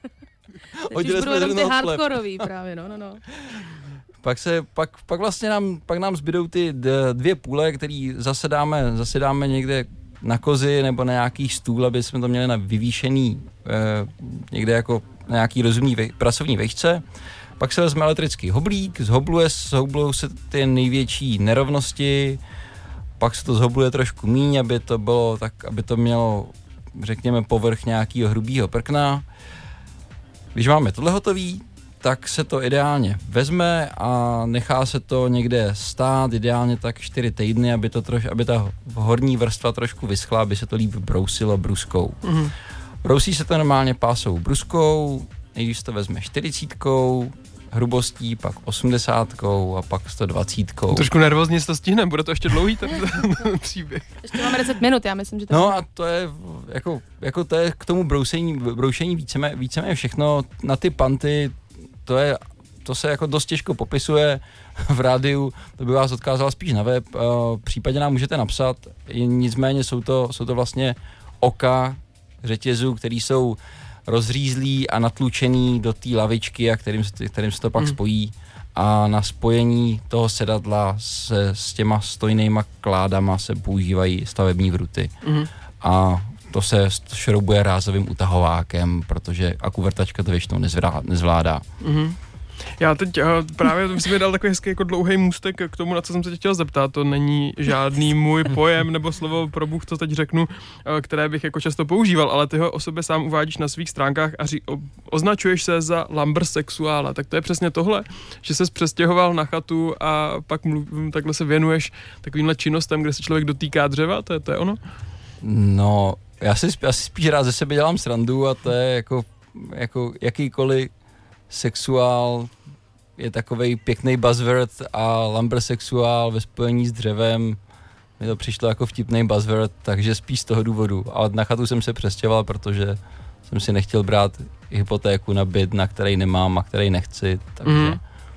Teď budou jenom ty hardkorový právě, no, no, no. Pak se, pak, pak vlastně nám, pak nám zbydou ty dvě půle, který zase dáme, zase dáme někde na kozy nebo na nějaký stůl, aby jsme to měli na vyvýšený, eh, někde jako na nějaký rozumný ve, pracovní vejšce. Pak se vezme elektrický hoblík, zhobluje, zhoblujou se ty největší nerovnosti, pak se to zhobluje trošku míň, aby to bylo tak, aby to mělo, řekněme, povrch nějakého hrubého prkna. Když máme tohle hotový, tak se to ideálně vezme a nechá se to někde stát, ideálně tak čtyři týdny, aby, to troš, aby ta horní vrstva trošku vyschla, aby se to líp brousilo bruskou. Mm-hmm. Brousí se to normálně pásovou bruskou, nejdřív to vezme čtyřicítkou, hrubostí, pak osmdesátkou a pak sto dvacítkou. Trošku nervózně se to stihne, bude to ještě dlouhý ten příběh. Ještě máme deset minut, já myslím, že to... No a to je jako, jako to je k tomu brousení, broušení víceméně, víceméně všechno na ty panty. To, je, to se jako dost těžko popisuje v rádiu, to by vás odkázala spíš na web, případně nám můžete napsat, nicméně jsou to, jsou to vlastně oka řetězů, které jsou rozřízlý a natlučený do té lavičky, a kterým, kterým se to pak mm. spojí, a na spojení toho sedadla se, s těma stojnýma kládama se používají stavební vruty. Mm. A to se šroubuje rázovým utahovákem, protože akuvertačka to většinou nezvládá. Mm-hmm. Já teď uh, právě to mi dal takový hezký jako dlouhý můstek k tomu, na co jsem se tě chtěl zeptat. To není žádný můj pojem nebo slovo pro Bůh, co teď řeknu, uh, které bych jako často používal, ale ty ho o sobě sám uvádíš na svých stránkách a ří, o, označuješ se za lumbersexuála. Tak to je přesně tohle, že ses přestěhoval na chatu a pak mluv, takhle se věnuješ takovýmhle činnostem, kde se člověk dotýká dřeva, to je, to je ono? No, já si, já si spíš rád ze sebe dělám srandu a to je jako, jako jakýkoliv sexuál je takovej pěkný buzzword a lumbersexuál ve spojení s dřevem mi to přišlo jako vtipný buzzword, takže spíš z toho důvodu. Ale na chatu jsem se přestěhoval, protože jsem si nechtěl brát hypotéku na byt, na který nemám a který nechci, takže mm.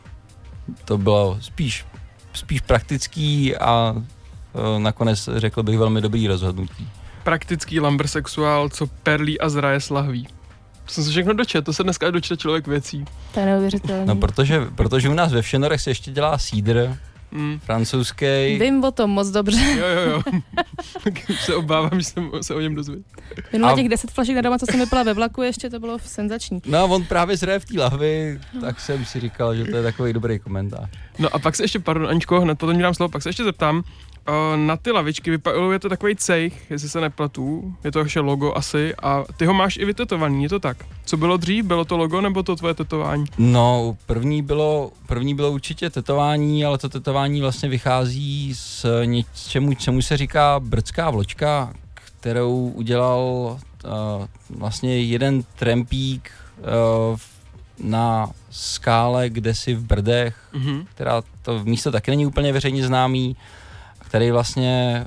to bylo spíš, spíš praktický a uh, nakonec řekl bych velmi dobrý rozhodnutí. Praktický lumbersexuál, co perlí a zraje s lahví. To jsem se všechno dočet, to se dneska dočte člověk věcí. To je neuvěřitelné. No, protože, protože u nás ve Všenorech se ještě dělá sídr, mm. francouzský. Vím o tom moc dobře. Jo, jo, jo. Už se obávám, že jsem se o něm dozvěděl. Minule a... těch deset flašek na doma, co jsem vypila ve vlaku, ještě to bylo senzační. No, on právě zraje v té lahvi, tak jsem si říkal, že to je takový dobrý komentář. No a pak se ještě, pardon, Aničko, hned potom mi dám slovo, pak se ještě zeptám, na ty lavičky vypadá to takový cejch, jestli se nepletu, je to ještě logo asi, a ty ho máš i vytetovaný, je to tak? Co bylo dřív, bylo to logo nebo to tvoje tetování? No, první bylo, první bylo určitě tetování, ale to tetování vlastně vychází z něčemu, čemu se říká brdská vločka, kterou udělal uh, vlastně jeden trampík uh, na skále kdesi v Brdech, mm-hmm. která to místo taky není úplně veřejně známý, který vlastně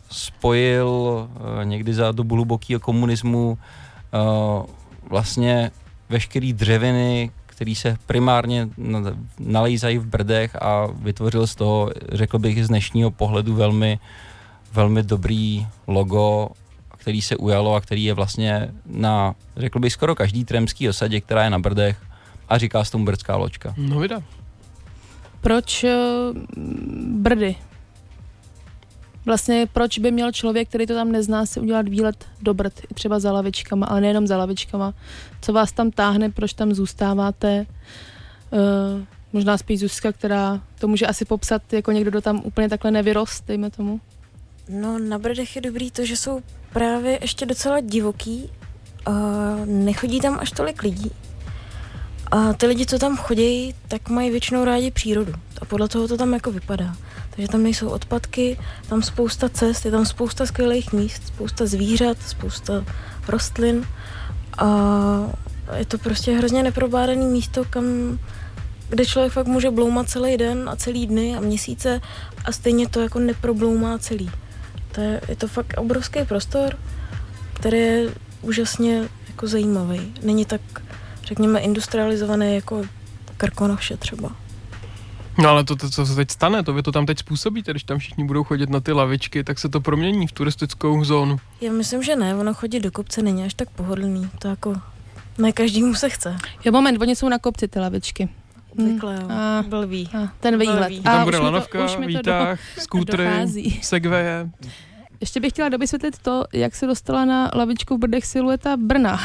spojil uh, někdy za dobu hlubokého komunismu uh, vlastně veškerý dřeviny, který se primárně nalejzají v Brdech a vytvořil z toho, řekl bych, z dnešního pohledu velmi, velmi dobrý logo, který se ujalo a který je vlastně na, řekl bych, skoro každý tramský osadě, která je na Brdech a říká se tomu brdská loďka. No vida. Proč uh, Brdy? Vlastně proč by měl člověk, který to tam nezná, si udělat výlet do Brd, i třeba za lavičkama, ale nejenom za lavičkama. Co vás tam táhne, proč tam zůstáváte? Uh, možná spíš Zuzka, která to může asi popsat jako někdo, kdo tam úplně takhle nevyrost, dejme tomu. No, na Brdech je dobrý to, že jsou právě ještě docela divoký. Uh, nechodí tam až tolik lidí. A ty lidi, co tam chodí, tak mají většinou rádi přírodu. A podle toho to tam jako vypadá. Takže tam nejsou odpadky, tam spousta cest, je tam spousta skvělých míst, spousta zvířat, spousta rostlin. A je to prostě hrozně neprobádaný místo, kam, kde člověk fakt může bloumat celý den a celý dny a měsíce a stejně to jako neprobloumá celý. To je, je to fakt obrovský prostor, který je úžasně jako zajímavý. Není tak, řekněme, industrializovaný jako Krkonoše třeba. No ale to, to, co se teď stane, to vy to tam teď způsobíte, když tam všichni budou chodit na ty lavičky, tak se to promění v turistickou zónu. Já myslím, že ne, ono chodit do kopce není až tak pohodlný, to jako ne každému se chce. Jo, moment, oni jsou na kopci ty lavičky. Obvykle, jo, A, blbý. a ten výlet. Blbý. Tam A bude už mi to- lanovka, už mi to do- výtah, skútry, dochází. segwaye. Ještě bych chtěla dovysvětlit to, jak se dostala na lavičku v Brdech silueta Brna.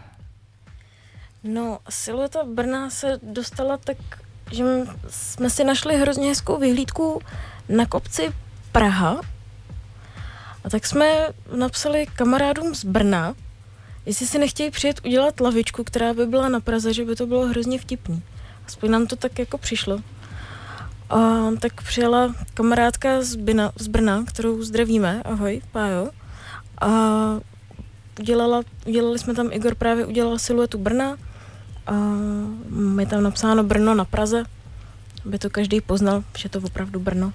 No, silueta Brna se dostala tak, že jsme si našli hrozně hezkou vyhlídku na kopci Praha a tak jsme napsali kamarádům z Brna, jestli si nechtějí přijet udělat lavičku, která by byla na Praze, že by to bylo hrozně vtipný. Aspoň nám to tak jako přišlo. A tak přijela kamarádka z, Bina, z Brna, kterou zdravíme, ahoj, Pájo. A udělala, udělali jsme tam, Igor právě udělal siluetu Brna a je tam napsáno Brno na Praze, aby to každý poznal, že to opravdu Brno.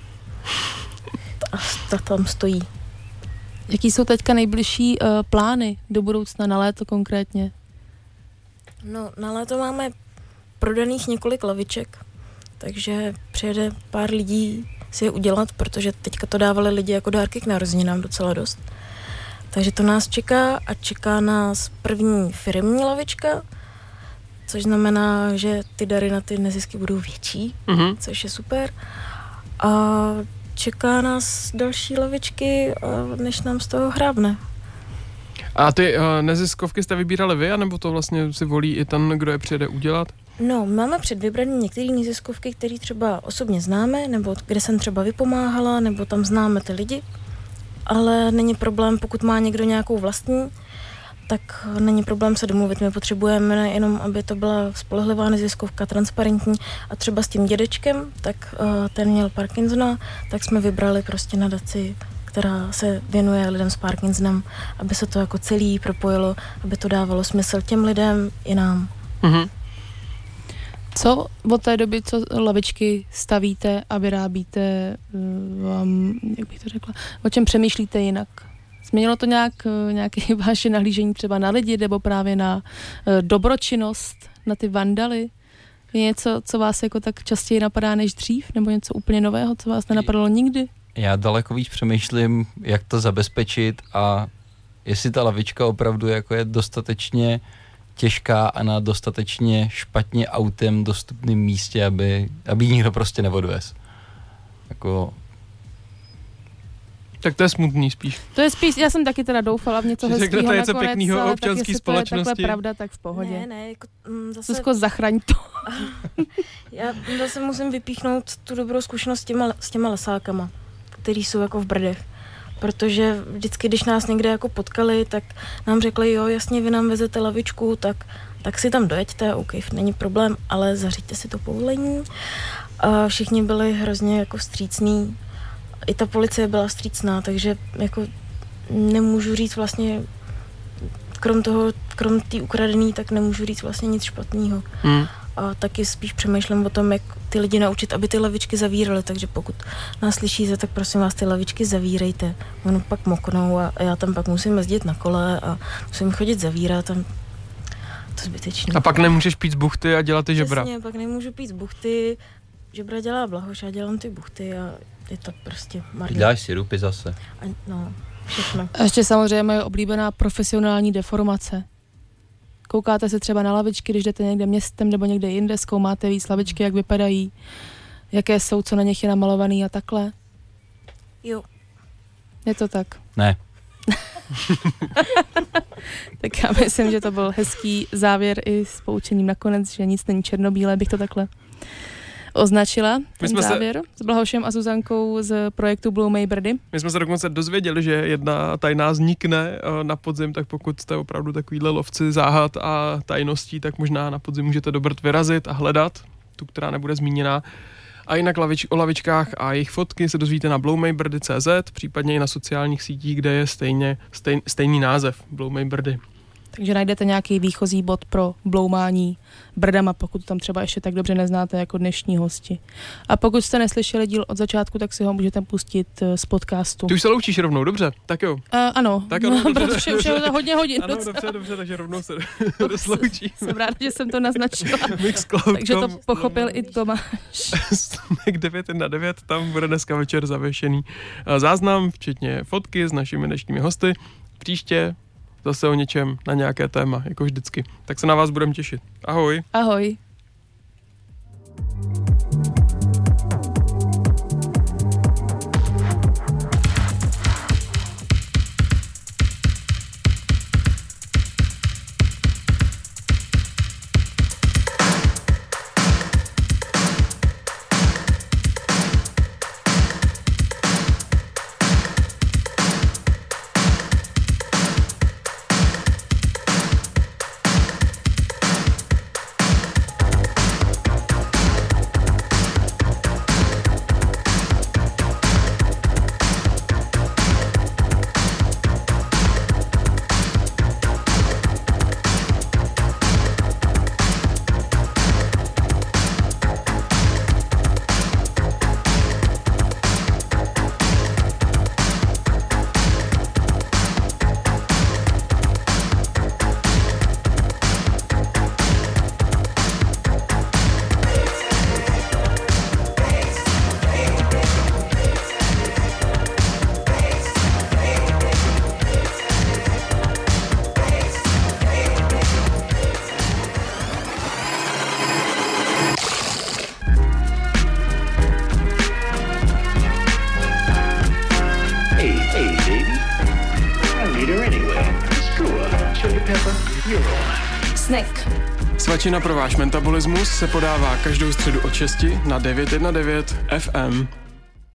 A to tam stojí. Jaký jsou teďka nejbližší uh, plány do budoucna, na léto konkrétně? No, na léto máme prodaných několik laviček, takže přijede pár lidí si je udělat, protože teďka to dávali lidi jako dárky k narozeninám docela dost. Takže to nás čeká a čeká nás první firemní lavička, což znamená, že ty dary na ty nezisky budou větší, Mhm. což je super. A čeká nás další lavičky, než nám z toho hrábne. A ty uh, neziskovky jste vybírali vy, anebo to vlastně si volí i ten, kdo je přijede udělat? No, máme předvybrané některé neziskovky, které třeba osobně známe, nebo kde jsem třeba vypomáhala, nebo tam známe ty lidi, ale není problém, pokud má někdo nějakou vlastní, tak není problém se domluvit. My potřebujeme jenom, aby to byla spolehlivá neziskovka, transparentní a třeba s tím dědečkem, tak uh, ten měl Parkinsona, tak jsme vybrali prostě nadaci, která se věnuje lidem s Parkinsonem, aby se to jako celý propojilo, aby to dávalo smysl těm lidem i nám. Mhm. Co od té doby, co lavičky stavíte a vyrábíte, um, jak bych to řekla, o čem přemýšlíte jinak? Změnilo to nějak, nějaké vaše nahlížení třeba na lidi, nebo právě na uh, dobročinnost, na ty vandaly? Je něco, co vás jako tak častěji napadá než dřív, nebo něco úplně nového, co vás nenapadalo nikdy? Já daleko víc přemýšlím, jak to zabezpečit a jestli ta lavička opravdu jako je dostatečně těžká a na dostatečně špatně autem dostupném místě, aby, aby ji nikdo prostě neodvez. Jako... Tak to je smutný spíš. To je spíš, já jsem taky teda doufala v něco hezkýho Řeknete něco nakonec, pěknýho o ale občanské tak jestli společnosti. to je takhle pravda, tak v pohodě. Ne, ne, jako mm, zase... Zuzko, zachraň to. Já zase musím vypíchnout tu dobrou zkušenost s těma, s těma lesákama, který jsou jako v Brdech. Protože vždycky, když nás někde jako potkali, tak nám řekli, jo, jasně, vy nám vezete lavičku, tak, tak si tam dojeďte, OK, není problém, ale zařiďte si to povolení. A všichni byli hrozně jako vstřícní. I ta policie byla vstřícná, takže jako nemůžu říct vlastně, krom toho, krom té ukradený, tak nemůžu říct vlastně nic špatného. Hmm. a taky spíš přemýšlím o tom, jak ty lidi naučit, aby ty lavičky zavíraly, takže pokud nás slyšíte, tak prosím vás, ty lavičky zavírejte. Ono pak moknou a já tam pak musím jezdit na kole a musím chodit zavírat a to zbytečný. A pak nemůžeš pít z buchty a dělat ty žebra. Přesně, pak nemůžu pít z buchty, žebra dělá Blahoš, já dělám ty buchty a je to prostě marně. Děláš sirupy zase. A, no, všechno. A ještě samozřejmě moje oblíbená profesionální deformace. Koukáte se třeba na lavičky, když jdete někde městem nebo někde jinde, zkoumáte víc lavičky, jak vypadají, jaké jsou, co na nich je namalovaný a takhle. Jo. Je to tak? Ne. Tak já myslím, že to byl hezký závěr i s poučením nakonec, že nic není černobílé, bych to takhle označila, ten jsme závěr se... s Blahošem a Zuzankou z projektu Blue May Birdy. My jsme se dokonce dozvěděli, že jedna tajná vznikne na podzim, tak pokud jste opravdu takovýhle lovci záhad a tajností, tak možná na podzim můžete do Brd vyrazit a hledat tu, která nebude zmíněná. A jinak lavič, o lavičkách a jejich fotky se dozvíte na blue may birdy tečka cé zet, případně i na sociálních sítích, kde je stejně, stejn, stejný název Blue May Birdy. Takže najdete nějaký výchozí bod pro bloumání brdama, pokud tam třeba ještě tak dobře neznáte jako dnešní hosti. A pokud jste neslyšeli díl od začátku, tak si ho můžete pustit z podcastu. Ty už se loučíš rovnou, dobře, tak jo. Uh, ano, tak ano, dobře, protože už je za hodně hodin. Ano, dobře, dobře, takže rovnou se dosloučíme. Jsem ráda, že jsem to naznačila. Mixcloud, takže to pochopil i Tomáš. Smek devět na devět, tam bude dneska večer zavěšený záznam, včetně fotky s našimi dnešními hosty. Příště zase o něčem na nějaké téma, jako vždycky. Tak se na vás budeme těšit. Ahoj. Ahoj. Svačina pro váš metabolismus se podává každou středu od šesti na devět jedna devět F M.